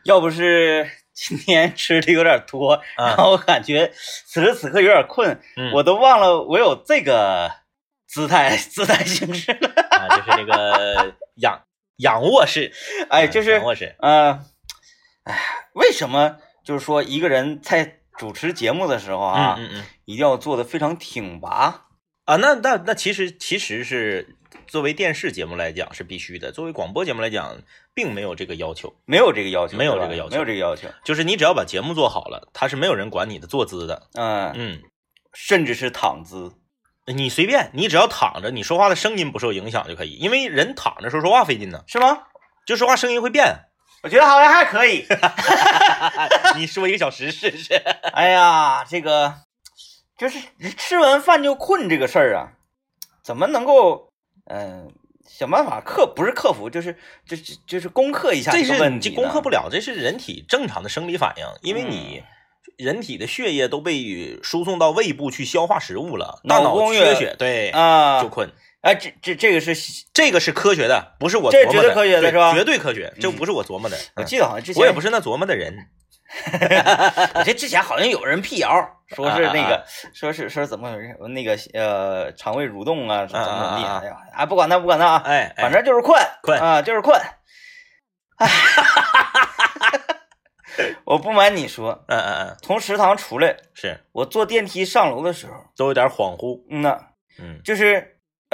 要不是今天吃的有点多，然后我感觉此时此刻有点困，我都忘了我有这个姿态形式了啊，就是这个仰卧式， 哎，就是仰卧式， 为什么就是说一个人在主持节目的时候啊，一定要做的非常挺拔啊？那其实是作为电视节目来讲是必须的，作为广播节目来讲并没有这个要求， 没有这个要求， 就是你只要把节目做好了，他是没有人管你的坐姿的， 甚至是躺姿， 你随便，你只要躺着，你说话的声音不受影响就可以，因为人躺着说话费劲呢， 是吗？ 就说话声音会变。 我觉得好像还可以。 你说1个小时试试。 哎呀，这个就是吃完饭就困这个事儿啊，怎么能够想办法不是克服，就是攻克一下这个问题呢？ 这攻克不了，这是人体正常的生理反应，因为你人体的血液都被输送到胃部去消化食物了，大脑缺血，对啊，就困。 哎，这个是科学的，不是我琢磨的， 这绝对科学的是吧？ 绝对科学，这不是我琢磨的。 我记得好像之前我也不是那琢磨的人。 我这之前好像有人辟谣，说是那个，说怎么回事？那个肠胃蠕动啊，怎么地？哎呀，不管他啊， 哎， 反正就是困啊，就是困。哎，我不瞒你说，从食堂出来， 是我坐电梯上楼的时候都有点恍惚。 就是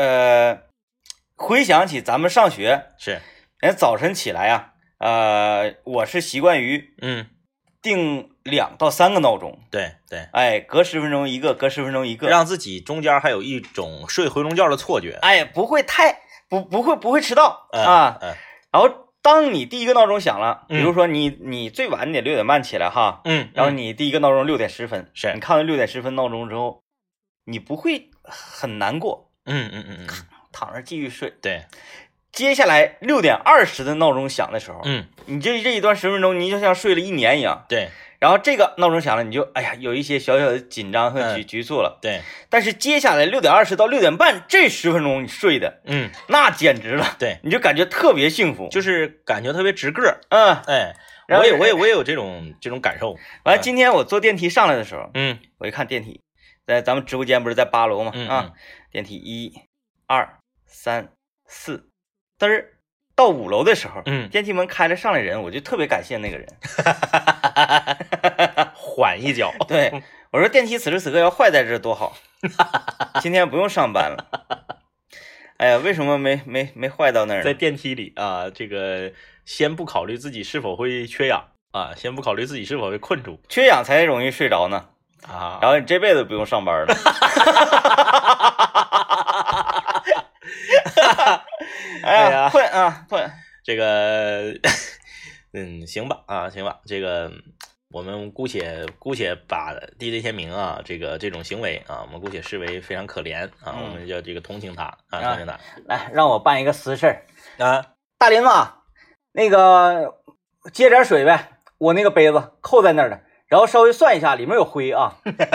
回想起咱们上学是， 人早晨起来啊，我是习惯于定2到3个闹钟， 对， 哎，隔10分钟一个，隔10分钟一个， 让自己中间还有一种睡回笼觉的错觉， 哎，不会迟到啊。然后当你第一个闹钟响了，比如说你最晚得6点半起来哈，然后你第一个闹钟6点10分， 是你看到6点10分闹钟之后，你不会很难过，躺着继续睡， 对。 接下来6点20的闹钟响的时候，你这一段10分钟，你就像睡了1年一样， 对。 然后这个闹钟响了，你就哎呀有一些小小的紧张和局促了， 对。 但是接下来6点20到6点半这10分钟你睡的，那简直了， 对， 你就感觉特别幸福， 就是感觉特别直个，哎， 然后我也有这种感受。 完了，今天我坐电梯上来的时候，我一看电梯，在咱们直播间不是在8楼吗？电梯1、2、3、4。但是到5楼的时候，电梯门开了，上来人，我就特别感谢那个人， 缓一脚。 对，我说电梯此时此刻要坏在这多好，今天不用上班了。哎呀，为什么没坏到那儿？ 在电梯里啊，这个先不考虑自己是否会缺氧啊，先不考虑自己是否会困住， 缺氧才容易睡着呢啊，然后你这辈子不用上班了。哎呀，困， 这个，行吧，这个我们姑且把 DJ 天明啊，这种行为啊，我们姑且视为非常可怜啊，我们叫这个同情他啊，同情他。 来，让我办一个私事啊， 大林子，那个接点水呗，我那个杯子扣在那儿了，然后稍微算一下，里面有灰啊。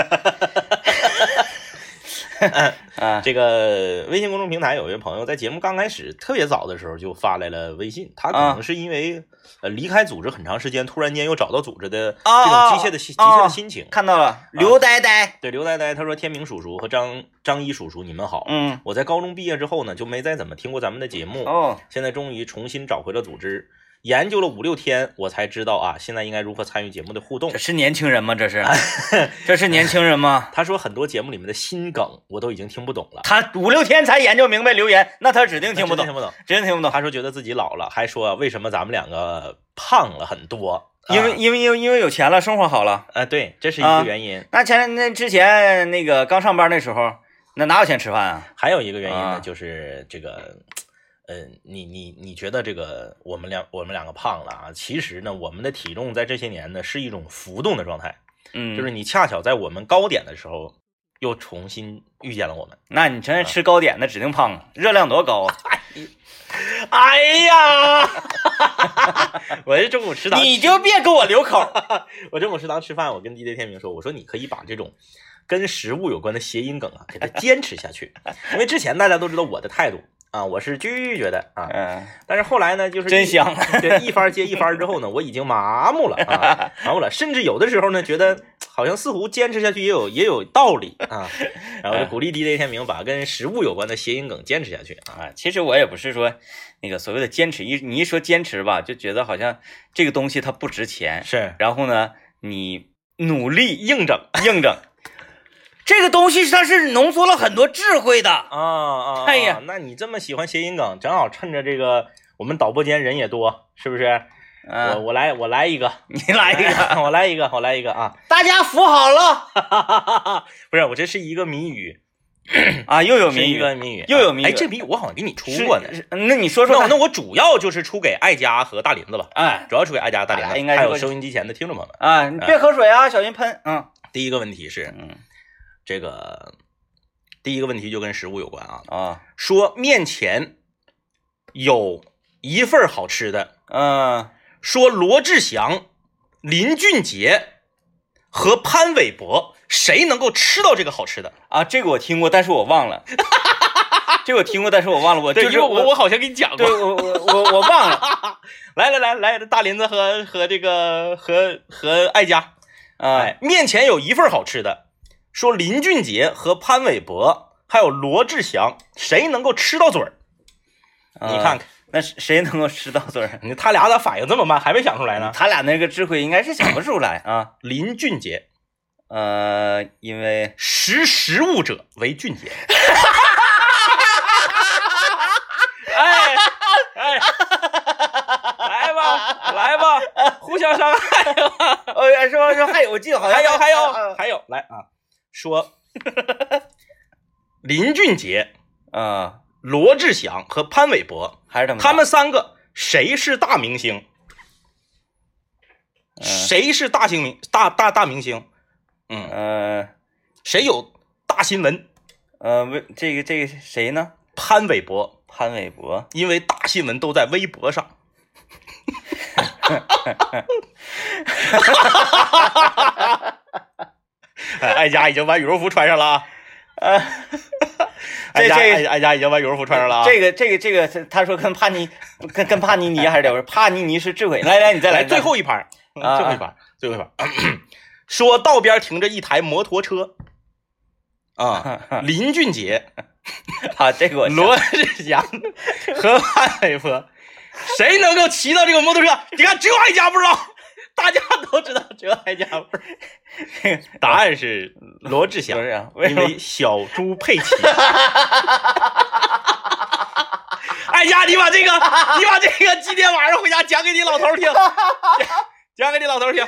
这个微信公众平台有一位朋友在节目刚开始特别早的时候就发来了微信，他可能是因为离开组织很长时间，突然间又找到组织的这种急切的心情。 看到了，刘呆呆， 对，刘呆呆，他说天明叔叔和张一叔叔你们好，我在高中毕业之后呢就没再怎么听过咱们的节目，现在终于重新找回了组织。研究了5、6天，我才知道啊，现在应该如何参与节目的互动。 这是年轻人吗？这是年轻人吗？ 他说很多节目里面的心梗我都已经听不懂了。 他5、6天才研究明白留言，那他指定听不懂，指定听不懂。 他说觉得自己老了，还说为什么咱们两个胖了很多？ 因为有钱了，生活好了。 对，这是一个原因。 那之前那个刚上班那时候，那哪有钱吃饭啊？ 还有一个原因呢，就是这个。你觉得这个我们两个胖了啊？其实呢，我们的体重在这些年呢是一种浮动的状态，就是你恰巧在我们高点的时候又重新遇见了我们。 那你现在吃高点，那指定胖啊，热量多高啊！ 哎呀，我这中午食堂你就别给我留口。 我中午食堂吃饭，我跟 DJ 天明说，我说你可以把这种跟食物有关的谐音梗啊给它坚持下去，因为之前大家都知道我的态度。 啊，我是拒绝的啊。但是后来呢，就是真香， 对，一番接一番之后呢，我已经麻木了啊，麻木了，甚至有的时候呢，觉得好像似乎坚持下去也有道理啊。然后就鼓励 DJ 天明把跟食物有关的谐音梗坚持下去啊。 其实我也不是说那个所谓的坚持，你一说坚持吧，就觉得好像这个东西它不值钱， 是。 然后呢，你努力硬整。 这个东西它是浓缩了很多智慧的啊！ 哎呀， 那你这么喜欢谐音梗，正好趁着这个我们导播间人也多，是不是？我来一个， 你来一个， 我来一个啊！ 大家扶好了， 不是，我这是一个谜语啊，又有谜语，又有谜语。 哎，这谜语我好像给你出过呢。 那你说说， 那我主要就是出给爱家和大林子吧。 哎， 主要出给爱家、大林子， 应该还有收音机前的听众朋友们啊，你别喝水啊，小心喷。 第一个问题是，这个第一个问题就跟食物有关啊。说面前有一份好吃的，说罗志祥、林俊杰和潘玮柏谁能够吃到这个好吃的啊？这个我听过，但是我忘了。这个我听过，但是我忘了。 我好像给你讲过。 对，我忘了。 来，大林子和这个和爱家，面前有一份好吃的，说林俊杰和潘玮柏还有罗志祥谁能够吃到嘴儿？你看看。 那谁能够吃到嘴儿？ 他俩咋反应这么慢，还没想出来呢？ 他俩那个智慧应该是想不出来啊。 林俊杰， 因为食物者为俊杰。哎，来吧，互相伤害吧。 说还有，我记得好像还有，来啊，说林俊杰罗志祥和潘玮柏还是他们三个谁是大明星？谁是大明星？谁有大新闻？ 这个谁呢？ 潘玮柏，因为大新闻都在微博上。爱家已经把羽绒服穿上了啊！爱家已经把羽绒服穿上了啊！ 这个，他说跟帕尼还是得帕尼尼是智慧。来，你再来最后一盘，最后一盘。说道边停着一台摩托车啊，林俊杰啊，这个我罗志祥和潘玮柏，谁能够骑到这个摩托车？你看，只有爱家不知道，大家都知道，只有爱家不知道。答案是罗志祥，因为小猪佩奇。爱家，你把这个今天晚上回家讲给你老头听。讲给你老头听，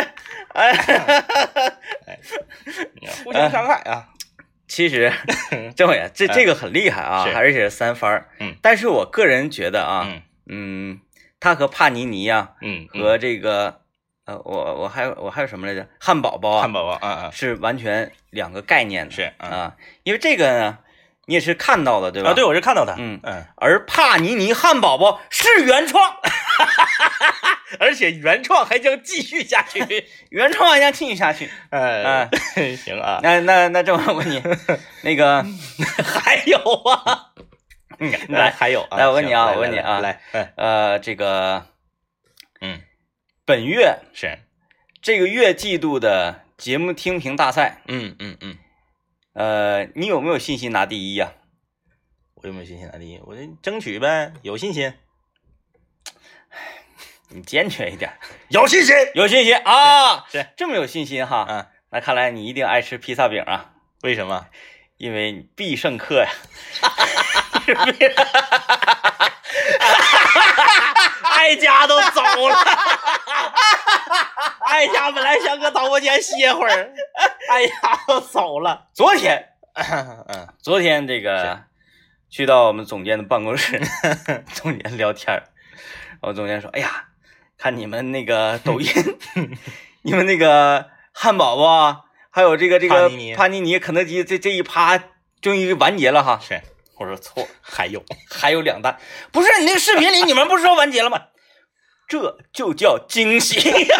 互相伤害啊！ 其实，政委这个很厉害啊，而且是3番。但是我个人觉得啊，他和帕尼尼啊，和这个我还有什么来着？汉堡包啊，是完全2个概念的， 是啊，因为这个呢，你也是看到的对吧？ 对，我是看到的。 而帕尼尼汉堡包是原创。 而且原创还将继续下去，行啊， 那这么问你，那个还有啊，来还有啊， 来我问你啊， 来， 这个，本月是这个月季度的节目听评大赛，你有没有信心拿第一呀？ 我有没有信心拿第一？我争取呗，有信心。 你坚决一点， 有信心啊！ 是这么有信心哈？那看来你一定爱吃披萨饼啊？ 为什么？ 因为你必胜客呀！ 爱家都走了，爱家本来想搁导播间歇会儿，爱家都走了。 昨天这个去到我们总监的办公室，总监聊天，我总监说：“哎呀。”看你们那个抖音，你们那个汉堡包，还有这个帕尼尼、肯德基这一趴终于完结了哈。 是， 我说错， 还有 2单，不是你那个视频里你们不是说完结了吗？这就叫惊喜。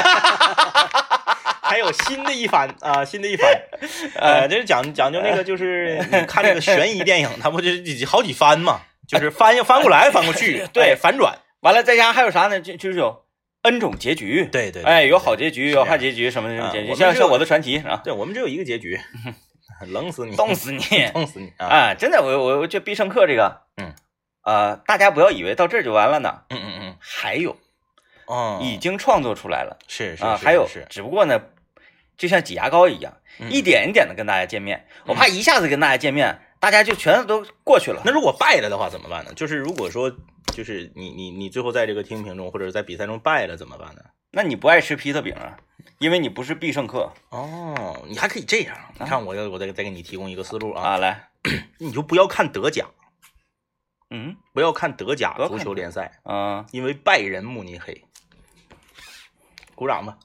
还有新的一番啊，这是讲究那个，就是你看这个悬疑电影，它不就是好几番嘛？ 就是翻过来翻过去， 对， 反转。 完了再加上还有啥呢？就是有 N 种结局， 对对， 哎，有好结局，有坏结局，什么结局？像我的传奇啊， 对，我们只有一个结局，冷死你， 冻死你， 冻死你啊！真的，我觉得必胜客这个，大家不要以为到这儿就完了呢，还有，已经创作出来了， 是啊，还有，只不过呢，就像挤牙膏一样，一点一点的跟大家见面，我怕一下子跟大家见面，大家就全都过去了。 那如果败了的话怎么办呢？就是如果说，就是你最后在这个听评中或者在比赛中败了怎么办呢？ 那你不爱吃披萨饼啊，因为你不是必胜客哦，你还可以这样。你看我再给你提供一个思路啊， 来， 你就不要看德甲，不要看德甲足球联赛啊， 因为拜仁慕尼黑。鼓掌吧。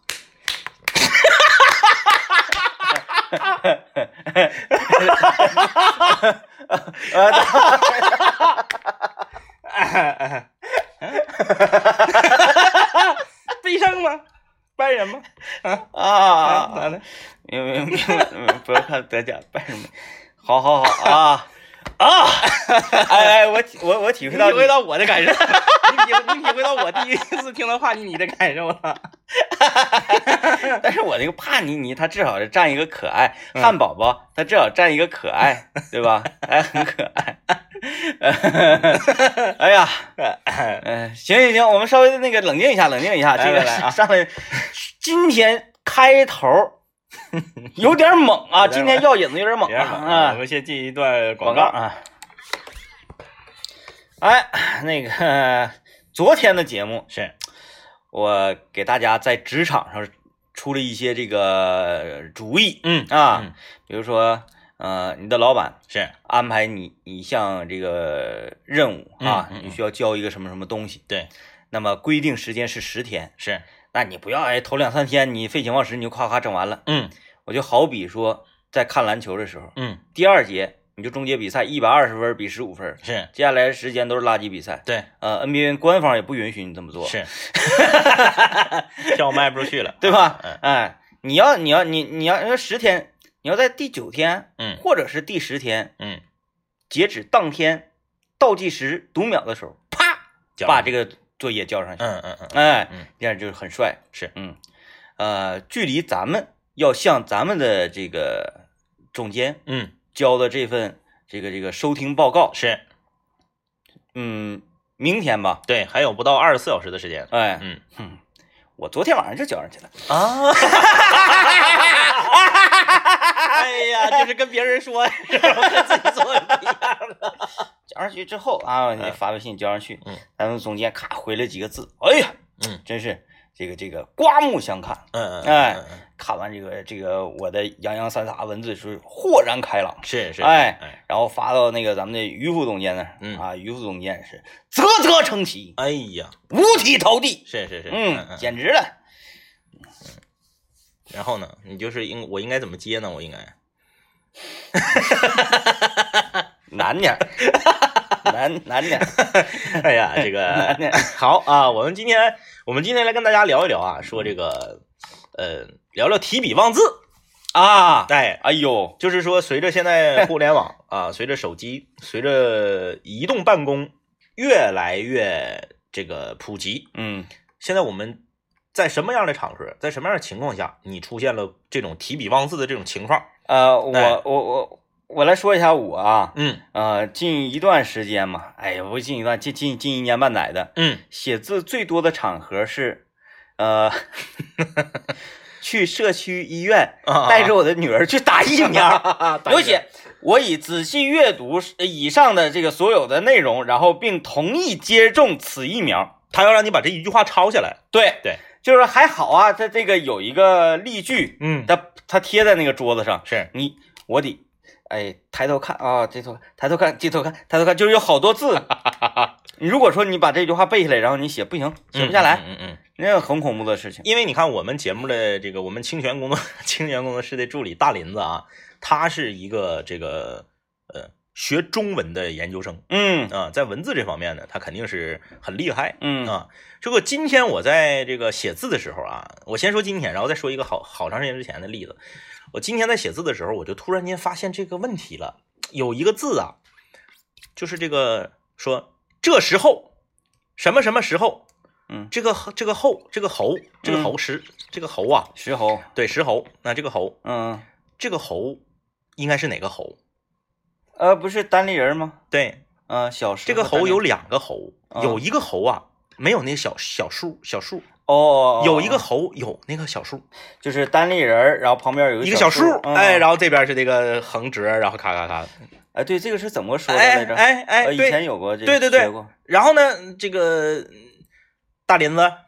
必胜吗？拜仁吗？ 咋的？明不要看德甲，拜仁。好啊！哎，我体会到我的感受，你体会到我第一次听到帕尼尼的感受了。 但是我这个帕尼尼，他至少是占一个可爱；汉堡包，他至少占一个可爱，对吧？还很可爱。哎呀，行，我们稍微那个冷静一下，这个上来，今天开头有点猛啊！今天药引子有点猛啊！ 我们先进一段广告啊。 哎，那个昨天的节目是我给大家在职场上出了一些这个主意，比如说你的老板是安排你一项这个任务啊，你需要交一个什么什么东西， 对， 那么规定时间是10天， 是， 那你不要头2-3天你废寝忘食你就夸夸整完了，我就好比说在看篮球的时候，第2节你就终结比赛120分比15分， 是， 接下来的时间都是垃圾比赛， 对 ，NBA 官方也不允许你这么做， 是，票卖不出去了， 对吧？哎，你要10天，你要在第9天，或者是第10天，截止当天倒计时读秒的时候，啪，把这个作业交上去，这样就是很帅， 是， 距离咱们要向咱们的这个总监，交的这份这个收听报告是， 明天吧， 对，还有不到24小时的时间， 我昨天晚上就交上去了啊。哎呀，就是跟别人说，跟自己做的不一样了。 交上去之后啊，你发微信交上去，咱们总监咔回了几个字，哎呀，真是这个刮目相看，看完这个我的洋洋洒洒文字是豁然开朗， 是， 然后发到那个咱们的于副总监那于副总监是啧啧称奇， 哎呀， 五体投地， 是， 简直了。 然后呢，你就是我应该怎么接呢？我应该难点，难点。 哎呀，这个好啊，我们今天来跟大家聊一聊啊，说这个聊聊提笔忘字啊。 哎呦，就是说随着现在互联网啊，随着手机，随着移动办公越来越这个普及，现在我们在什么样的场合，在什么样的情况下，你出现了这种提笔忘字的这种情况？ 我来说一下我啊，近一段时间嘛，哎呀，不近一段，近1年半载的，写字最多的场合是，去社区医院带着我的女儿去打疫苗，有写我已仔细阅读以上的这个所有的内容，然后并同意接种此疫苗。 他要让你把这一句话抄下来， 对，就是还好啊，他这个有一个例句，他贴在那个桌子上， 是我得。哎，抬头看啊，抬头看，低头看，就是有好多字。你如果说你把这句话背下来，然后你写不行，写不下来，那很恐怖的事情。 因为你看我们节目的这个我们清泉工作室的助理大林子啊，他是一个这个学中文的研究生，在文字这方面呢，他肯定是很厉害，这个今天我在这个写字的时候啊，我先说今天，然后再说一个好长时间之前的例子。我今天在写字的时候，我就突然间发现这个问题了，有一个字啊，就是这个说这时候什么什么时候，这个猴啊， 石猴， 对，石猴，那这个猴，这个猴应该是哪个猴？ 不是单立人吗？ 对， 小树。 这个猴有2个猴，有一个猴啊没有那个小树。有一个猴有那个小树， 就是单立人，然后旁边有一个小树，然后这边是这个横折，然后咔咔咔。 对，这个是怎么说的来着？以前有过这个， 对。然后呢，这个大林子，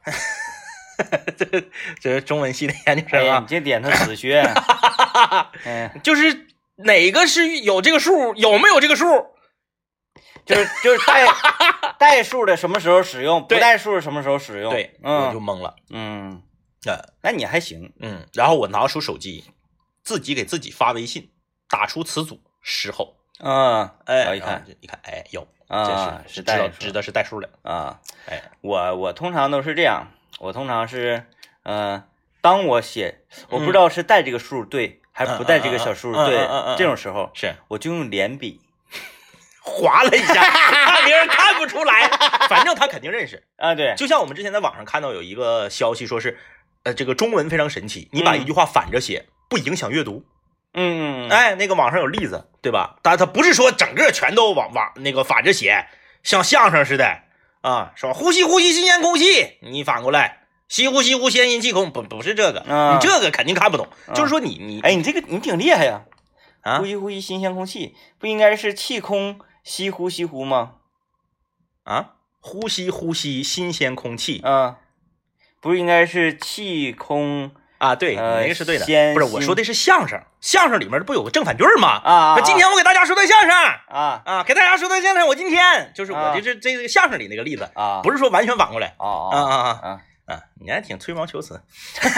这是中文系的研究生啊， 你这点他死穴。 就是哪个是有这个数，有没有这个数？ 就是带数的什么时候使用，不带数什么时候使用？ 对，我就懵了。 那你还行。 然后我拿出手机，自己给自己发微信，打出词组石猴。 一看， 有是代数， 知道是代数的我通常都是这样，我通常是当我写我不知道是带这个数对还是不带这个小数对，这种时候是我就用连笔划了一下，看别人看不出来，反正他肯定认识啊。对， 就像我们之前在网上看到有一个消息，说是这个中文非常神奇，你把一句话反着写不影响阅读。那个网上有例子，对吧？但他不是说整个全都往那个反着写，像相声似的啊，说呼吸呼吸新鲜空气，你反过来吸呼吸呼鲜阴气空，不是这个，你这个肯定看不懂。就是说你这个你挺厉害呀，呼吸呼吸新鲜空气，不应该是气空吸呼吸呼吗？ 呼吸呼吸新鲜空气， 不是应该是气空啊？对，那个是对的。不是，我说的是相声，相声里面不有个正反句吗？今天我给大家说段相声给大家说段相声。我今天就是我就是这个相声里那个例子不是说完全反过来你还挺吹毛求疵，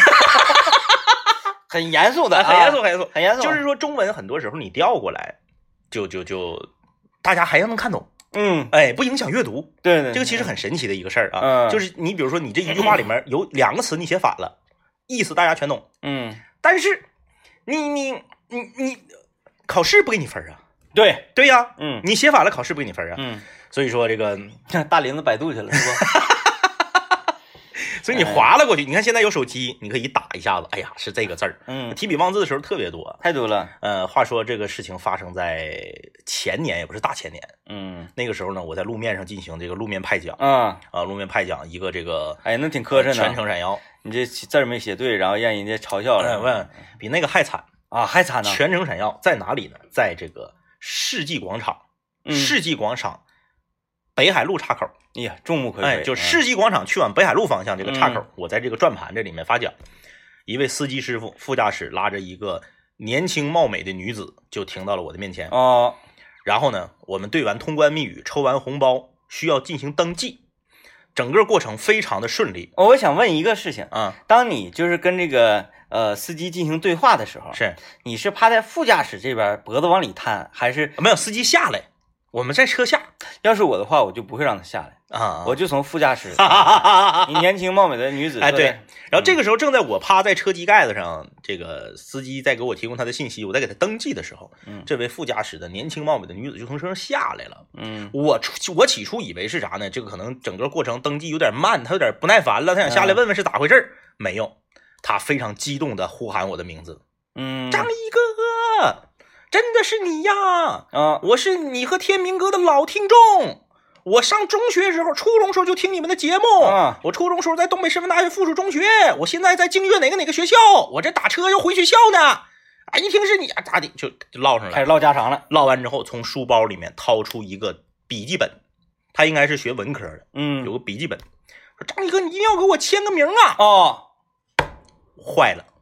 很严肃的， 很严肃。 很严肃。 就是说中文很多时候你调过来，就大家还能看懂。不影响阅读。 对， 这个其实很神奇的一个事儿啊。就是你比如说你这一句话里面有2个词你写反了，意思大家全懂。但是你考试不给你分啊？对呀。你写反了考试不给你分啊。所以说这个大林子百度去了是吧？ 所以你划了过去，你看现在有手机，你可以打一下子，哎呀，是这个字儿。提笔忘字的时候特别多， 太多了。 话说这个事情发生在前年，也不是大前年。那个时候呢，我在路面上进行这个路面派讲。路面派讲一个这个， 那挺磕碜的， 全程闪耀。 你这字儿没写对，然后让人家嘲笑了。 比那个还惨啊，还惨呢！ 全程闪耀在哪里呢？在这个世纪广场。世纪广场北海路岔口。 哎呀，众目睽睽。 就世纪广场去往北海路方向这个岔口，我在这个转盘这里面发讲，一位司机师傅副驾驶拉着一个年轻貌美的女子就停到了我的面前。然后呢，我们对完通关密语，抽完红包，需要进行登记，整个过程非常的顺利。 我想问一个事情当你就是跟这个司机进行对话的时候，你是趴在副驾驶这边脖子往里探，还是没有司机下来？我们在车下。 要是我的话，我就不会让他下来我就从副驾驶你年轻貌美的女子对。然后这个时候正在我趴在车机盖子上，这个司机在给我提供他的信息，我在给他登记的时候，这位副驾驶的年轻貌美的女子就从车上下来了。我起初以为是啥呢？这个可能整个过程登记有点慢，他有点不耐烦了，他想下来问问是咋回事。没有，他非常激动的呼喊我的名字。张一哥哥，真的是你呀！我是你和天明哥的老听众。我上中学时候，初中时候就听你们的节目。我初中时候在东北师范大学附属中学，我现在在京粤哪个学校，我这打车要回学校呢。一听是你咋的，就唠上了， 开始唠家常了。 唠完之后，从书包里面掏出一个笔记本，他应该是学文科的，有个笔记本，说张一哥，你一定要给我签个名啊！坏了。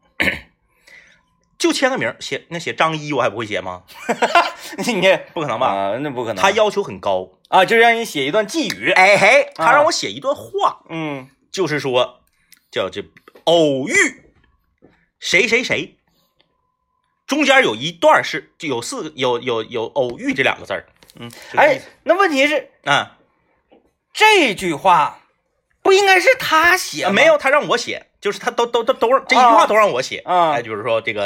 就签个名，写张一，我还不会写吗？ 你不可能吧？那不可能。 他要求很高就是让你写一段寄语。 他让我写一段话。就是说叫这偶遇谁谁谁，中间有一段是就有偶遇这2个字儿。 那问题是这句话不应该是他写吗？ 没有，他让我写，就是他都这一句话都让我写。就是说这个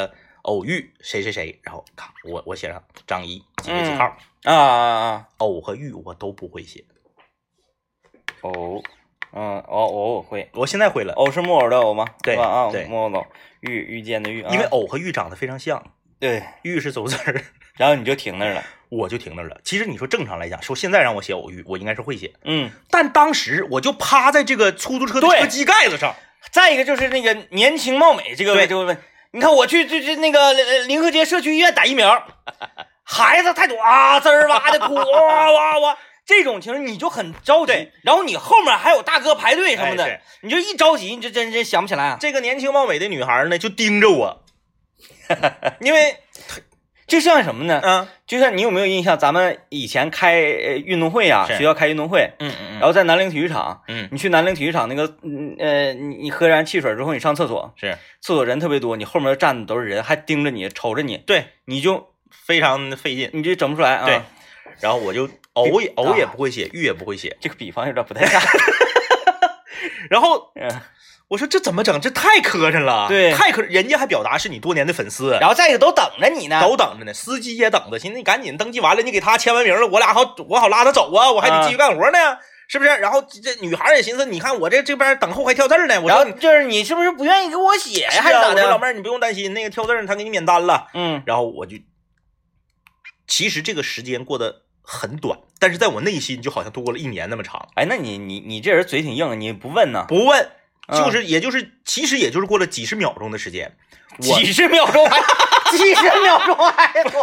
偶遇谁谁谁，然后看我写上张一几月几号偶和遇我都不会写。 偶，偶会， 我现在会了。 偶是木偶的偶吗？ 对啊， 对， 木偶的偶，遇见的遇， 因为偶和遇长得非常像。 对， 遇是走字儿， 然后你就停那儿了， 我就停那儿了。其实你说正常来讲，说现在让我写偶遇，我应该是会写，但当时我就趴在这个出租车的车机盖子上。 再一个就是那个年轻貌美这个问，你看我去那个临河街社区医院打疫苗，孩子太多啊，滋儿哇的哭，哇，这种情况你就很着急，然后你后面还有大哥排队什么的，你就一着急你就真想不起来啊。 这个年轻貌美的女孩呢，就盯着我。因为就像什么呢？就像你有没有印象，咱们以前开运动会啊，学校开运动会，然后在南陵体育场，你去南陵体育场那个，你喝完汽水之后，你上厕所， 是厕所人特别多，你后面站的都是人，还盯着你，瞅着你， 对， 你就非常费劲， 你就整不出来啊。 对，然后我就偶也不会写，遇也不会写， 这个比方有点不太大。 然后我说这怎么整？这太磕碜了， 对， 太磕碜。人家还表达是你多年的粉丝， 然后再一个都等着你呢， 都等着呢，司机也等着。寻思你赶紧登记完了，你给他签完名了，我好拉他走啊，我还得继续干活呢，是不是？然后这女孩也寻思，你看我这边等候还跳字呢，我说就是你是不是不愿意给我写呀？还是咋的？ 我说老妹儿，你不用担心，那个跳字他给你免单了。然后我就，其实这个时间过得很短，但是在我内心就好像度过了1年那么长。 哎，那你这人嘴挺硬，你不问呢？ 不问。其实也就是过了几十秒钟的时间， 几十秒钟还短，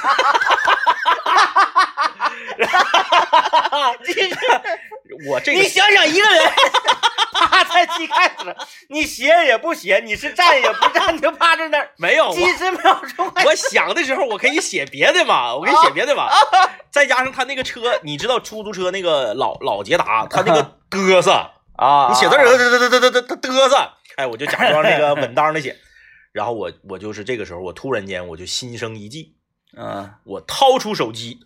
你想想一个人趴在机盖子上，你斜也不斜，你是站也不站，你就趴在那儿， 没有几十秒钟。 我想的时候，我可以写别的嘛，再加上他那个车，你知道出租车那个老捷达，他那个嘚瑟。你写字他嘚瑟，哎，我就假装那个稳当的写，然后我就是这个时候，我突然间我就心生一计，我掏出手机，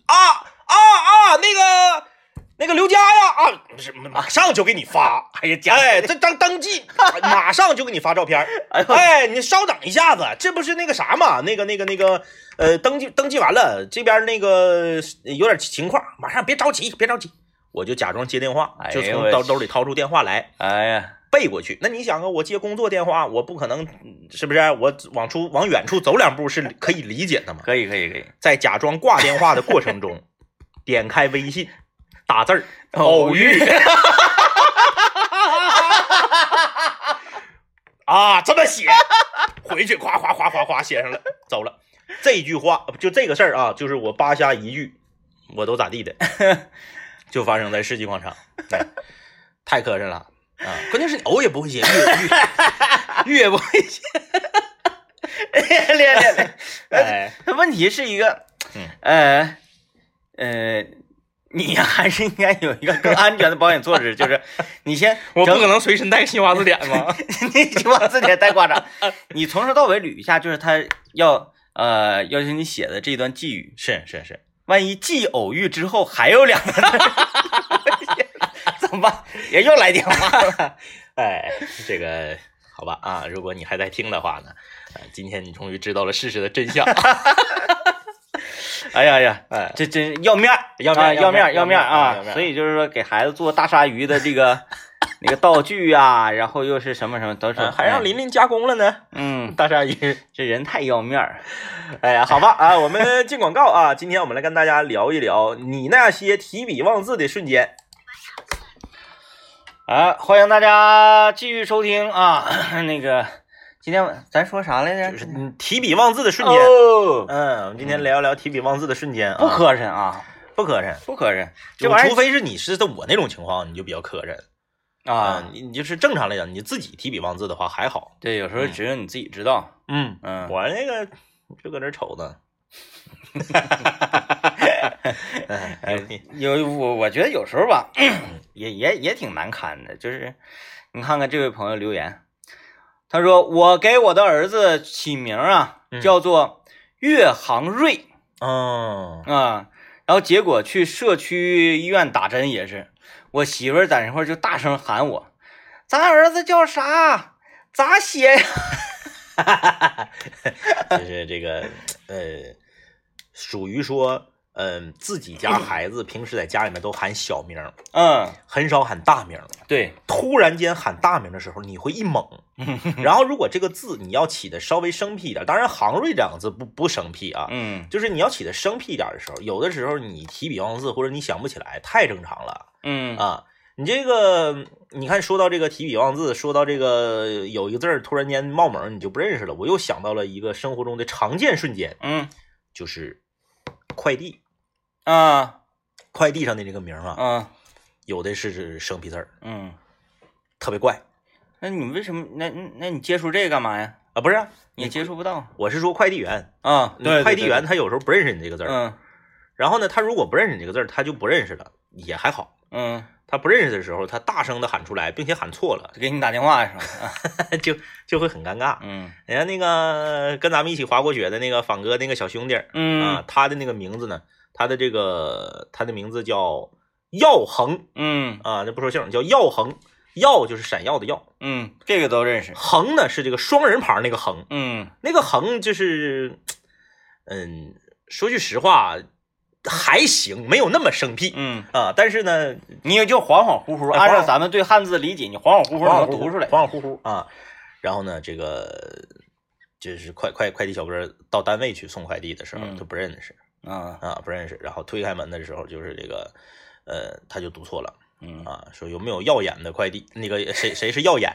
那个刘佳呀，不是马上就给你发，这登记，马上就给你发照片，你稍等一下子，这不是那个啥嘛，那个登记完了，这边那个有点情况，马上别着急。我就假装接电话，就从兜里掏出电话来，背过去。那你想啊，我接工作电话，我不可能，是不是？我往远处走2步是可以理解的嘛？ 可以。 在假装挂电话的过程中，点开微信，打字偶遇，这么写，回去夸写上了，走了。这句话就这个事儿啊，就是我8下1句，我都咋地的。就发生在世纪广场，太磕碜了啊！关键是你偶也不会写，遇也不会写， 练。问题是一个，你还是应该有一个更安全的保险措施，就是你先， 我不可能随身带个新华字典吗？ 你新华字典太夸张，你从头到尾捋一下，就是他要求你写的这段寄语， 是。 万一既偶遇之后还有2个字，怎么办？也又来电话了。 这个好吧啊，如果你还在听的话呢，今天你终于知道了事实的真相。 哎呀，这真要面啊！所以就是说，给孩子做大鲨鱼的这个那个道具啊，然后又是什么都是， 还让琳琳加工了呢。大鲨鱼， 这人太要面儿。 哎呀，好吧啊，我们进广告啊。今天我们来跟大家聊一聊你那些提笔忘字的瞬间。 欢迎大家继续收听啊。那个，今天咱说啥来着？ 就是提笔忘字的瞬间。我们今天聊一聊提笔忘字的瞬间啊。 不磕碜啊， 不磕碜。 这玩意儿， 除非是你是我那种情况，你就比较磕碜啊。你就是正常来讲，你自己提笔忘字的话还好。 对，有时候只有你自己知道。 我那个就搁这瞅呢。 我觉得有时候吧，也挺难堪的。就是你看看这位朋友留言，他说我给我的儿子起名叫做岳航瑞。然后结果去社区医院打针也是，我媳妇儿在那块就大声喊我，咱儿子叫啥？咋写呀？ 就是这个属于说自己家孩子平时在家里面都喊小名，很少喊大名。 对， 突然间喊大名的时候，你会一懵。然后如果这个字你要起的稍微生僻一点，当然杭瑞这两个字不生僻啊，就是你要起的生僻一点的时候，有的时候你提笔忘字或者你想不起来，太正常了。你这个你看说到这个提笔忘字，说到这个有一个字突然间冒蒙你就不认识了，我又想到了一个生活中的常见瞬间，就是快递啊， 快递上的这个名啊，有的是生僻字，特别怪。 那你为什么那你接触这个干嘛呀？ 不是你接触不到， 我是说快递员啊，对， 快递员他有时候不认识你这个字，然后呢，他如果不认识你这个字，他就不认识了，也还好，他不认识的时候，他大声的喊出来，并且喊错了， 给你打电话是吧？ 就会很尴尬。人家那个跟咱们一起滑过雪的那个仿哥那个小兄弟，他的那个名字呢，他的名字叫耀恒，这不说姓，叫耀恒，耀就是闪耀的耀， 这个都认识。 恒呢是这个双人旁那个恒，那个恒就是，说句实话。还行，没有那么生僻，但是呢， 你也就恍恍惚惚，按照咱们对汉字理解，你恍恍惚惚能读出来， 恍恍惚惚啊。然后呢，这个就是快递小哥到单位去送快递的时候，就不认识，不认识。然后推开门的时候，就是这个，他就读错了，说有没有耀眼的快递？那个谁是耀眼？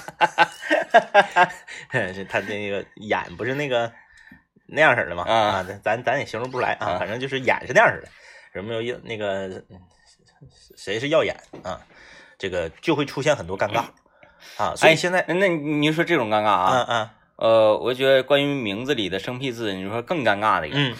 他那个眼不是那个。那样式的嘛咱也形容不出来啊，反正就是眼是那样式的，有没有那个谁是耀眼啊？这个就会出现很多尴尬啊。所以现在那你说这种尴尬啊，我觉得关于名字里的生僻字，你说更尴尬的一个，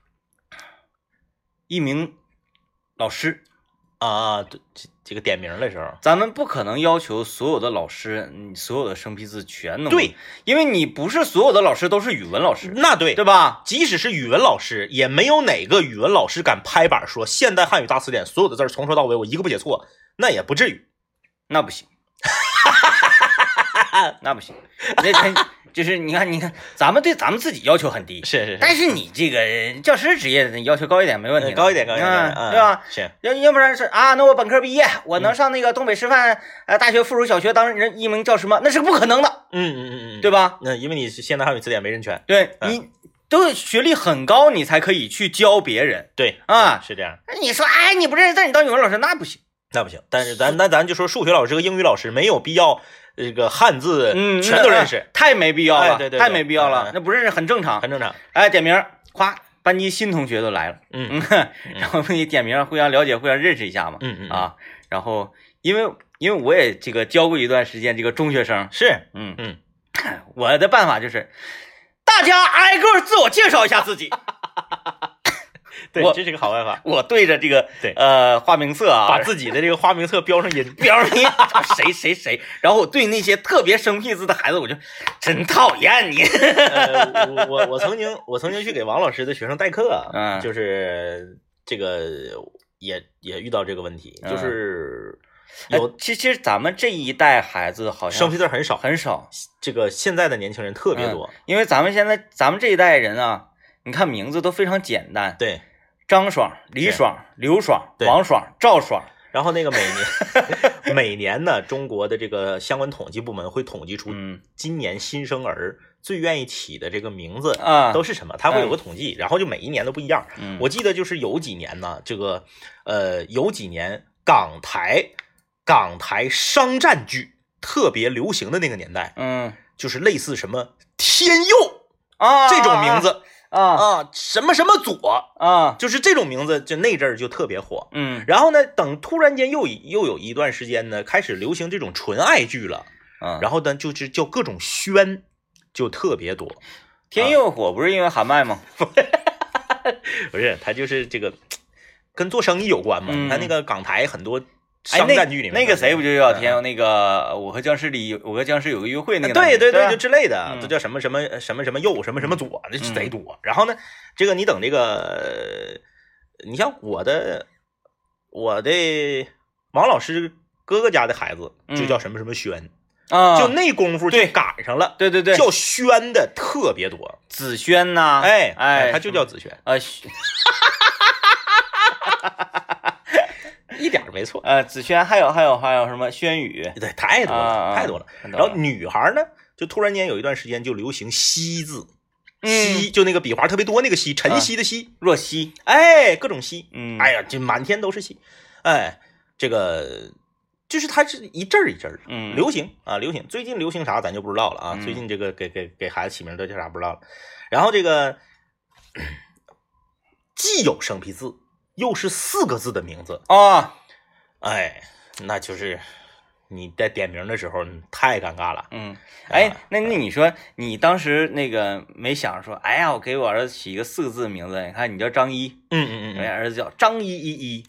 一名老师这个点名的时候， 咱们不可能要求所有的老师，你所有的生僻字全能对， 因为你不是所有的老师都是语文老师， 那对吧？ 即使是语文老师，也没有哪个语文老师敢拍板说现代汉语大词典所有的字从头到尾我一个不写错，那也不至于， 那不行，那不行，就是你看，咱们对咱们自己要求很低， 是， 但是你这个教师职业要求高一点没问题， 高一点， 对吧？ 是， 要不然是那我本科毕业，我能上那个东北师范大学附属小学当一名教师吗？那是不可能的， 对吧？ 因为你是现代汉语词典没人权， 对你都学历很高，你才可以去教别人， 对是这样。 你说你不认识字，你当语文老师那不行， 那不行。但是咱就说数学老师和英语老师没有必要。这个汉字全都认识， 太没必要了， 对， 太没必要了，那不认识很正常， 很正常。 点名，夸班级新同学都来了，然后你点名，互相了解，互相认识一下嘛，然后因为我也这个教过一段时间这个中学生， 是， 我的办法就是大家挨个自我介绍一下自己。 对，这是个好办法。 我对着这个花名册啊， 把自己的这个花名册标上音， 谁，然后我对那些特别生僻字的孩子，我就真讨厌你。 我曾经去给王老师的学生代课，就是这个也遇到这个问题，就是其实咱们这一代孩子好像生僻字很少， 这个现在的年轻人特别多， 因为咱们这一代人啊，你看名字都非常简单， 对。 张爽、李爽、刘爽、王爽、赵爽， 然后那个每年呢，中国的这个相关统计部门会统计出今年新生儿最愿意起的这个名字都是什么，他会有个统计，然后就每一年都不一样。我记得就是有几年呢，这个有几年港台商战剧特别流行的那个年代，就是类似什么天佑这种名字。什么什么左就是这种名字，就那阵儿就特别火。然后呢，等突然间又有一段时间呢，开始流行这种纯爱剧了。然后呢，就是叫各种宣，就特别多。 天佑火不是因为喊麦吗？ 不是，他就是这个跟做生意有关嘛。他那个港台很多商战剧里面， 那个谁不就叫天佑？那个我和僵尸有个约会那个， 对，就之类的，都叫什么什么什么什么右，什么什么左，那贼多。然后呢，这个你等这个，你像我的王老师哥哥家的孩子就叫什么什么轩， 啊， 就那功夫就赶上了， 对， 叫轩的特别多， 紫萱呐， 他就叫紫萱，一点没错， 紫萱还有什么轩宇， 对，太多了，太多了。然后女孩呢，就突然间有一段时间就流行西字，西就那个笔画特别多那个西，晨曦的曦， 若曦， 各种曦，哎呀，就满天都是曦，这个就是它是一阵儿一阵儿的，流行啊，流行。最近流行啥咱就不知道了啊，最近这个给孩子起名都叫啥不知道了。然后这个既有生僻字，又是4个字的名字啊， 那就是你在点名的时候太尴尬了。 那你说你当时那个没想说，哎呀，我给我儿子起一个4个字的名字，你看你叫张一，我儿子叫张一，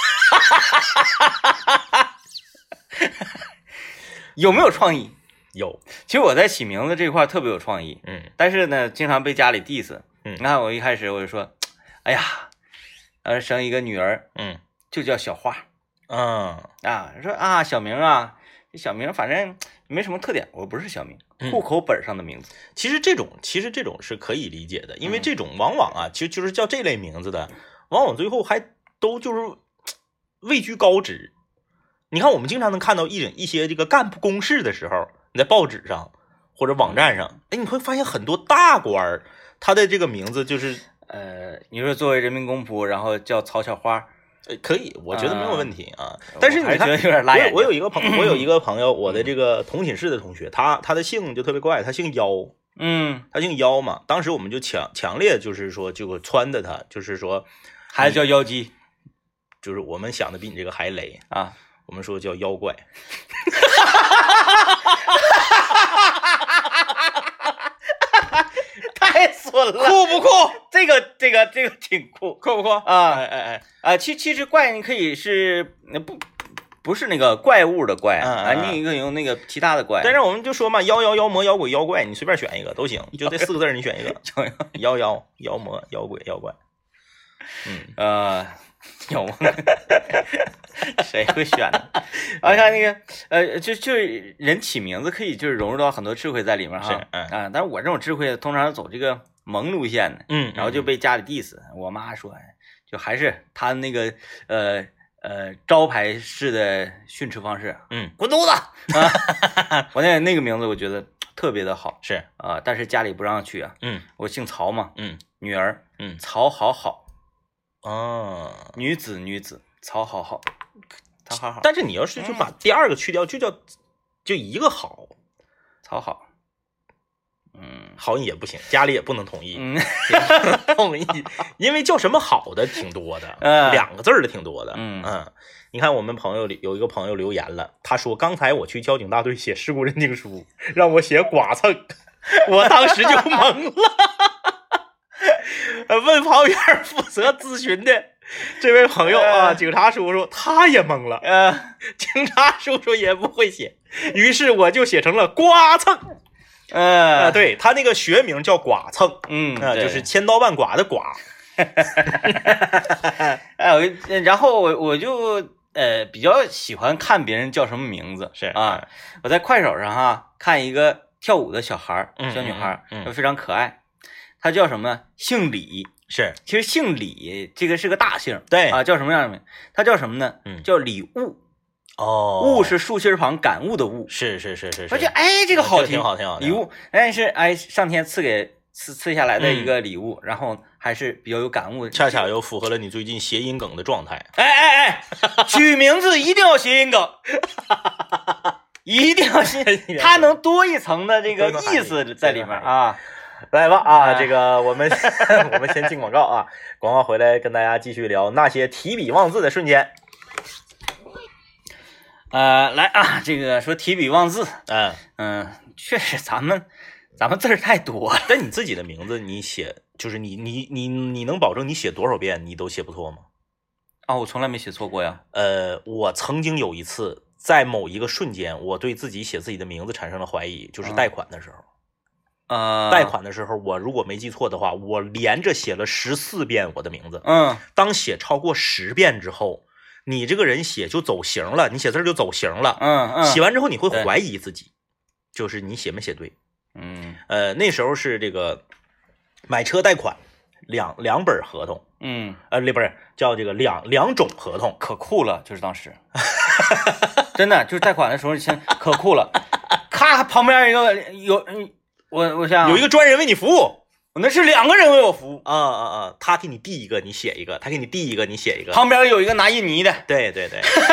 有没有创意？ 有。 其实我在起名字这块特别有创意，但是呢，经常被家里 diss。你看我一开始我就说，哎呀，生一个女儿，就叫小花。说啊，小名啊，这小名反正没什么特点，我不是小名，户口本上的名字。 其实这种是可以理解的，因为这种往往啊，其实就是叫这类名字的，往往最后还都就是位居高职。你看我们经常能看到一些这个干部公示的时候，你在报纸上或者网站上，你会发现很多大官他的这个名字就是你说作为人民公仆，然后叫曹小花， 可以，我觉得没有问题啊。但是你看， 有点拉眼睛。 我有一个朋友，我的这个同寝室的同学，他的姓就特别怪，他姓妖，他姓妖嘛。当时我们就强烈就是说就撺掇他，就是说孩子叫妖姬， 就是我们想的比你这个还雷啊。 我们说叫妖怪， 太损了， 酷不酷？ 这个挺酷不酷啊？其实怪你可以是不是那个怪物的怪你可以用那个其他的怪。 但是我们就说嘛，妖魔妖鬼妖怪，你随便选一个都行，就这4个字你选一个，妖魔妖鬼妖怪。 有吗？谁会选呢？看那个就是人起名字可以就是融入到很多智慧在里面哈。但是我这种智慧通常走这个萌路线的，然后就被家里 diss。我妈说，就还是他那个招牌式的训斥方式，滚犊子！我那个名字我觉得特别的好， 是但是家里不让去啊。我姓曹嘛，女儿，曹好好。女子曹好好，曹好好。 但是你要是就把第2个去掉，就一个好， 曹好， 好也不行，家里也不能同意，同意，因为叫什么好的挺多的，2个字的挺多的，你看我们朋友里有一个朋友留言了，他说刚才我去交警大队写事故认定书，让我写剐蹭，我当时就懵了。问旁边负责咨询的这位朋友啊，警察叔叔他也懵了，警察叔叔也不会写，于是我就写成了剐蹭，对，他那个学名叫剐蹭，就是千刀万剐的剐。 然后我就比较喜欢看别人叫什么名字， 是啊，我在快手上看一个跳舞的小孩，小女孩，非常可爱。他叫什么呢？姓李， 是， 其实姓李这个是个大姓， 对叫什么样的？他叫什么呢？叫李悟。悟是竖心旁感悟的悟， 是。 我觉得这个好听， 挺好。 礼物，是上天赐下来的一个礼物，然后还是比较有感悟的， 恰恰又符合了你最近谐音梗的状态。 取名字一定要谐音梗。一定要是它能多一层的这个意思在里面啊。 来吧这个我们先进广告啊，广告回来跟大家继续聊那些提笔忘字的瞬间。 来这个说提笔忘字，确实咱们字儿太多了。 但你自己的名字你写，就是你能保证你写多少遍你都写不错吗？ 我从来没写错过呀。 我曾经有一次在某一个瞬间，我对自己写自己的名字产生了怀疑，就是贷款的时候。贷款的时候，我如果没记错的话，我连着写了14遍我的名字。当写超过10遍之后，你这个人写就走形了，你写字就走形了。写完之后你会怀疑自己， 就是你写没写对。那时候是这个买车贷款两本合同，不是叫这个两种合同， 可酷了，就是当时真的就是贷款的时候先可酷了，咔旁边我想有一个专人为你服务， 那是2个人为我服务他给你递一个你写一个，他给你递一个你写一个， 旁边有一个拿印泥的， 对对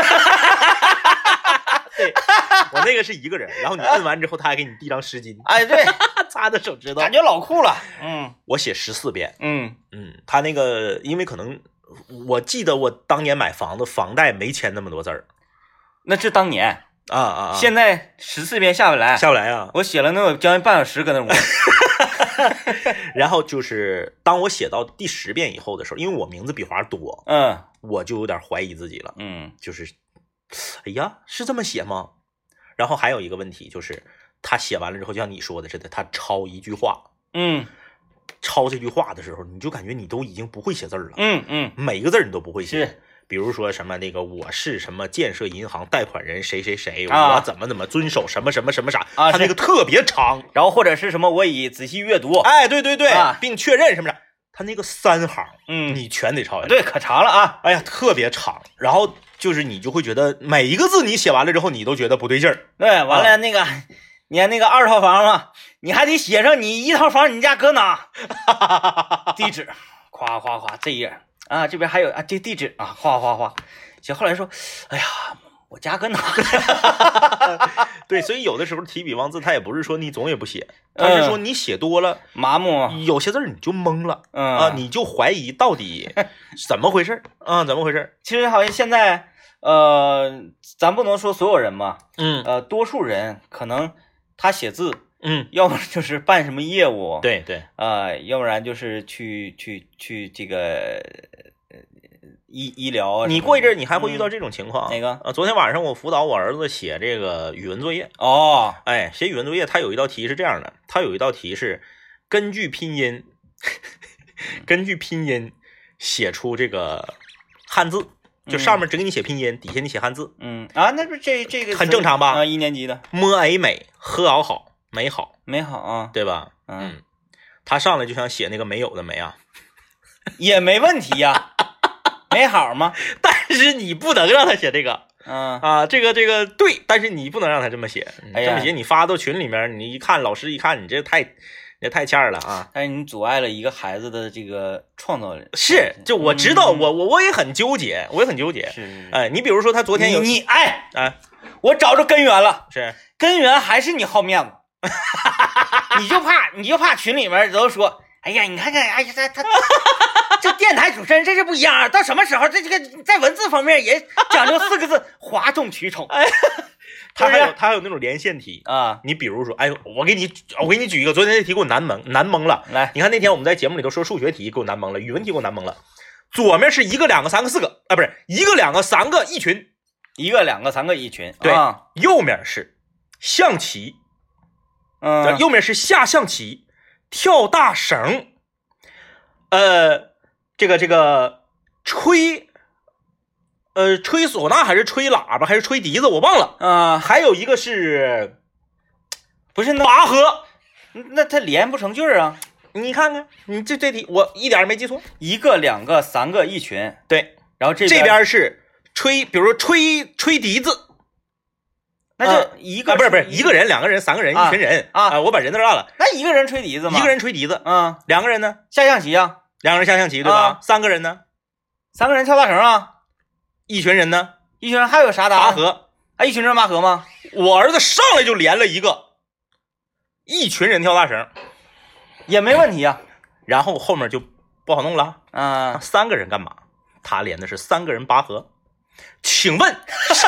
我那个是一个人，然后你摁完之后他还给你递张湿巾， 哎对擦的手指头， 感觉老酷了。 我写14遍。他那个因为可能我记得我当年买房子房贷没签那么多字儿， 那是当年现在14遍下不来啊， 我写了能有将近半小时搁那屋然后就是当我写到第10遍以后的时候，因为我名字笔画多，我就有点怀疑自己了，就是哎呀是这么写吗？然后还有一个问题就是他写完了之后就像你说的似的，他抄一句话，抄这句话的时候你就感觉你都已经不会写字了，每个字你都不会写， 是比如说什么那个我是什么建设银行贷款人谁谁谁，我怎么遵守什么什么什么啥，他那个特别长， 然后或者是什么我已仔细阅读， 哎对对对，并确认什么啥，他那个3行你全得抄下来， 对，可长了啊， 哎呀特别长，然后就是你就会觉得每一个字你写完了之后你都觉得不对劲儿， 对，完了那个你看那个2套房嘛，你还得写上你1套房你家搁哪地址，夸夸夸这页啊，这边还有这地址啊，哗哗哗写，后来说哎呀我家搁哪对，所以有的时候提笔忘字他也不是说你总也不写，他是说你写多了麻木， 有些字你就懵了，你就怀疑到底怎么回事怎么回事。 其实好像现在咱不能说所有人嘛，多数人可能他写字要么就是办什么业务， 对对要不然就是去这个医疗。 你过一阵你还会遇到这种情况， 哪个昨天晚上我辅导我儿子写这个语文作业写语文作业，他有一道题是这样的，他有一道题是根据拼音写出这个汉字，就上面只给你写拼音，底下你写汉字。 那不这个很正常吧 ？1年级的摸 a 美，喝熬好，美好啊， 对吧？他上来就想写那个没有的没啊，也没问题呀，没好吗？ 但是你不能让他写这个。这个对，但是你不能让他这么写，这么写你发到群里面，你一看老师一看你这太欠了啊！ 但是你阻碍了一个孩子的这个创造力。 是，就我知道，我也很纠结， 是， 你比如说他昨天有我找着根源了， 是根源还是你好面子，你就怕群里面都说，哎呀，你看看，哎呀，他这电台主持人真是不一样啊！到什么时候这个在文字方面也讲究4个字，哗众取宠。 他还有那种连线题你比如说，我给你举一个，昨天那题给我难蒙了。 来， 你看那天我们在节目里头说数学题给我难蒙了，语文题给我难蒙了。左面是1个2个3个4个不是1个2个3个一群 ，1个2个3个一群， 对，右面是象棋，右面是下象棋，跳大绳，这个吹唢呐还是吹喇叭还是吹笛子我忘了还有一个是不是拔河， 那它连不成句啊？ 你看看你这题我一点没记错 ，1个2个3个一群， 对， 然后这边是吹，比如说吹笛子， 那就一个不是1个人2个人3个人一群人我把人都让了， 那1个人吹笛子吗？1 个人吹笛子2个人呢下象棋啊 ，2个人下象棋对吧？3个人呢 ？3个人跳大绳啊， 一群人呢？ 一群人还有啥答案？ 拔河一群人拔河吗？ 我儿子上来就连了一个一群人跳大绳， 也没问题啊。 然后后面就不好弄了 3 个人干嘛？他连的是3个人拔河。请问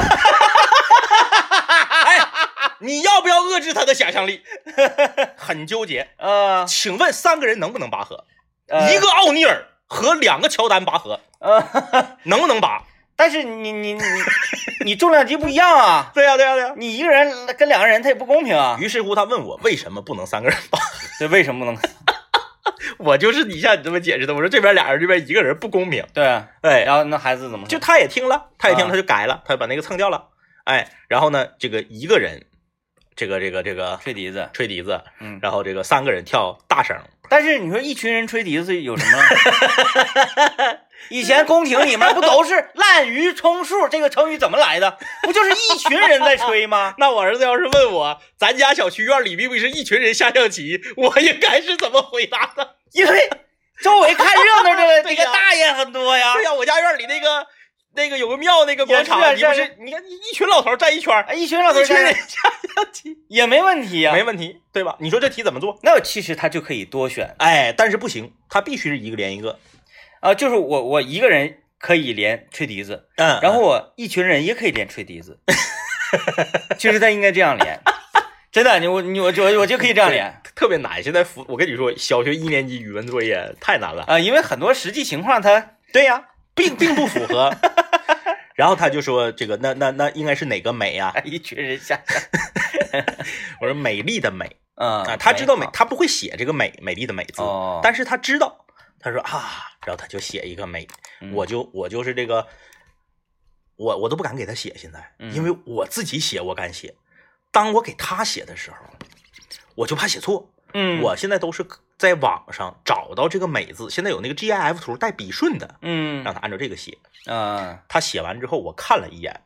你要不要遏制他的想象力？很纠结请问3个人能不能拔河？1个奥尼尔和2个乔丹拔河能不能拔？ 但是你重量级不一样啊。 对呀， 你1个人跟2个人他也不公平啊。 于是乎他问我为什么不能3个人拔？ 对，为什么不能？ 我就是你像你这么解释的，我说这边2人这边1个人不公平。 对，然后那孩子怎么就他也听了他就改了，他把那个蹭掉了。然后呢这个1个人这个吹笛子， 然后这个3个人跳大声。 但是你说一群人吹笛子有什么？以前宫廷里面不都是滥竽充数，这个成语怎么来的？不就是一群人在吹吗？ 那我儿子要是问我，咱家小区院里明明是一群人下象棋，我应该是怎么回答的？ 因为周围看热闹的那个大爷很多呀。 对呀，我家院里那个有个庙，那个广场，你不是你看一群老头站一圈， 一群老头站下象棋也没问题呀， 没问题，对吧？你说这题怎么做？ 那其实他就可以多选， 但是不行，他必须是一个连一个。 就是我一个人可以连吹笛子，然后我一群人也可以连吹笛子。其实他应该这样连，真的，我就可以这样连， 特别难。现在我跟你说，小学1年级语文作业太难了因为很多实际情况他对呀，并不符合。然后他就说这个那应该是哪个美呀？ 一群人下我说美丽的美他知道美，他不会写这个美丽的美字，但是他知道。他说然后他就写一个美，我就是这个，我都不敢给他写，现在，因为我自己写我敢写，当我给他写的时候，我就怕写错。我现在都是在网上找到这个美字，现在有那个 GIF 图带笔顺的，让他按照这个写。他写完之后，我看了一眼，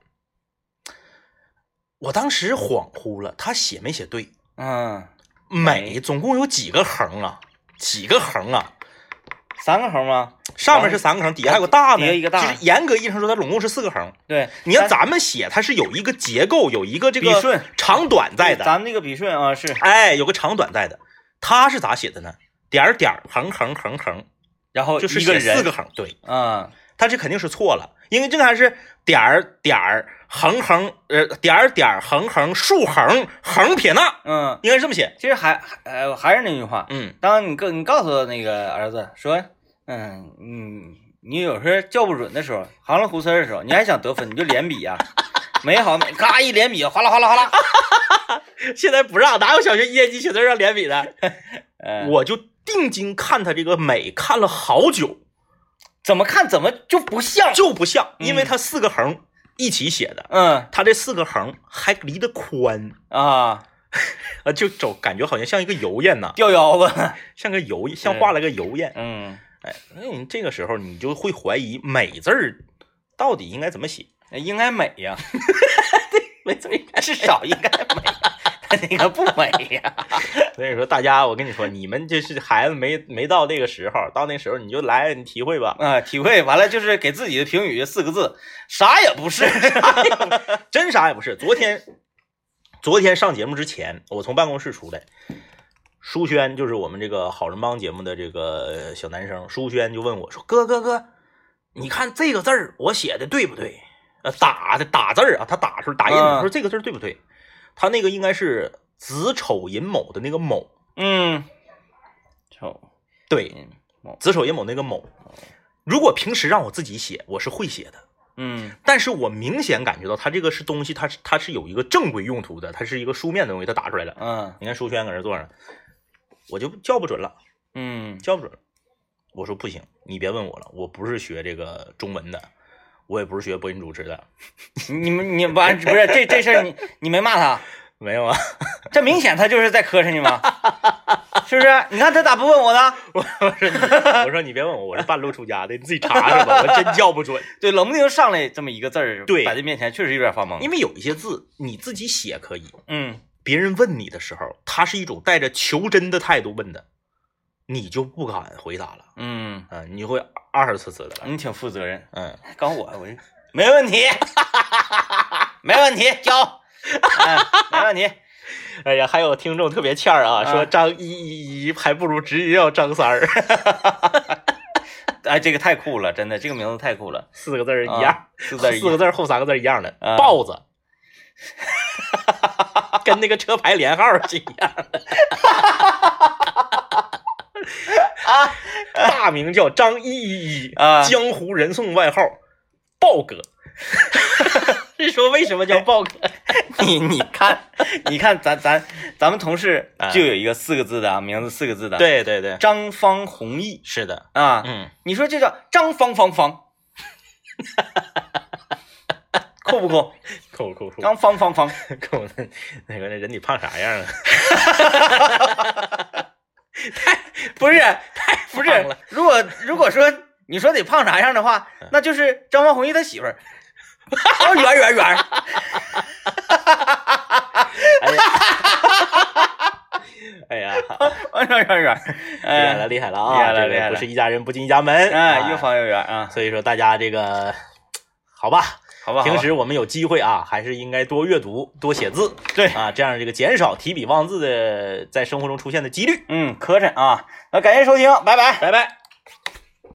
我当时恍惚了，他写没写对？美总共有几个横啊？几个横啊 ？3个横吗？ 上面是3个横，底下还有个大呢。 一个大。 就是严格意义上说，它总共是4个横。 对， 你看咱们写，它是有一个结构，有一个这个笔顺长短在的。 咱们那个笔顺是， 有个长短在的。他是咋写的呢？点点横横横横， 然后就是写4个横。对，他这肯定是错了，因为这个还是点点横横点点横横竖横横撇捺，应该是这么写。 其实还是那句话，当你告诉那个儿子说，你有时候叫不准的时候，行了胡丝的时候，你还想得分，你就连笔啊，美好美，咔一连笔，哗啦哗啦哗啦。 现在不让，哪有小学1年级写字让连笔的？我就定睛看他这个美，看了好久， 怎么看怎么就不像， 因为他4个横一起写的，他这4个横还离得宽就感觉好像像一个油烟呐， 掉腰子， 像个油，像画了个油烟。那你这个时候你就会怀疑美字儿到底应该怎么写？ 应该美呀， 对，美字应该至少应该美，他那个不美呀。 所以说大家，我跟你说，你们这是孩子没到那个时候，到那时候你就来你体会吧。 体会完了就是给自己的评语4个字，啥也不是， 真啥也不是。昨天上节目之前，我从办公室出来，舒轩就是我们这个好人帮节目的这个小男生，舒轩就问我说：“哥，你看这个字儿我写的对不对？打字儿啊，他打出来打印的，说这个字对不对？他那个应该是子丑寅卯的那个卯，对，子丑寅卯那个卯。如果平时让我自己写，我是会写的。但是我明显感觉到它这个是东西，它是有一个正规用途的，它是一个书面的东西，它打出来了。你看书轩搁这坐上，我就叫不准了。叫不准了。我说不行，你别问我了，我不是学这个中文的，我也不是学播音主持的。 你不是这事儿你没骂他？ 没有啊， 这明显他就是在磕碜你吗？是不是？你看他咋不问我呢？ 我说你别问我，我是半路出家的，你自己查查吧，我真叫不准。 对，冷不丁上来这么一个字儿， 对， 摆在面前确实有点发懵。 因为有一些字你自己写可以，别人问你的时候，他是一种带着求真的态度问的，你就不敢回答了。你会二次的了。 你挺负责任。刚我没问题，没问题，教。没问题。 哎呀，还有听众特别欠儿啊，说张一还不如直接叫张三儿。 哎，这个太酷了，真的，这个名字太酷了 ，4个字一样，4个字后3个字一样的，豹子，跟那个车牌连号是一样的。大名叫张一江湖人送外号豹哥。是说为什么叫豹哥？ 你看咱们同事就有一个4个字的名字，4个字的， 对， 张方弘毅。 是的你说这叫张方，酷不酷？ 扣， 刚方， 扣那个人你胖啥样啊？ 不是，如果说你说得胖啥样的话，那就是张方弘毅他媳妇儿，圆。 哎呀， 圆， 厉害了啊！这个不是一家人不进一家门， 又方又圆啊！ 所以说大家这个好吧，平时我们有机会啊，还是应该多阅读、多写字， 对啊，这样这个减少提笔忘字的在生活中出现的几率。 磕碜啊！那感谢收听，拜拜。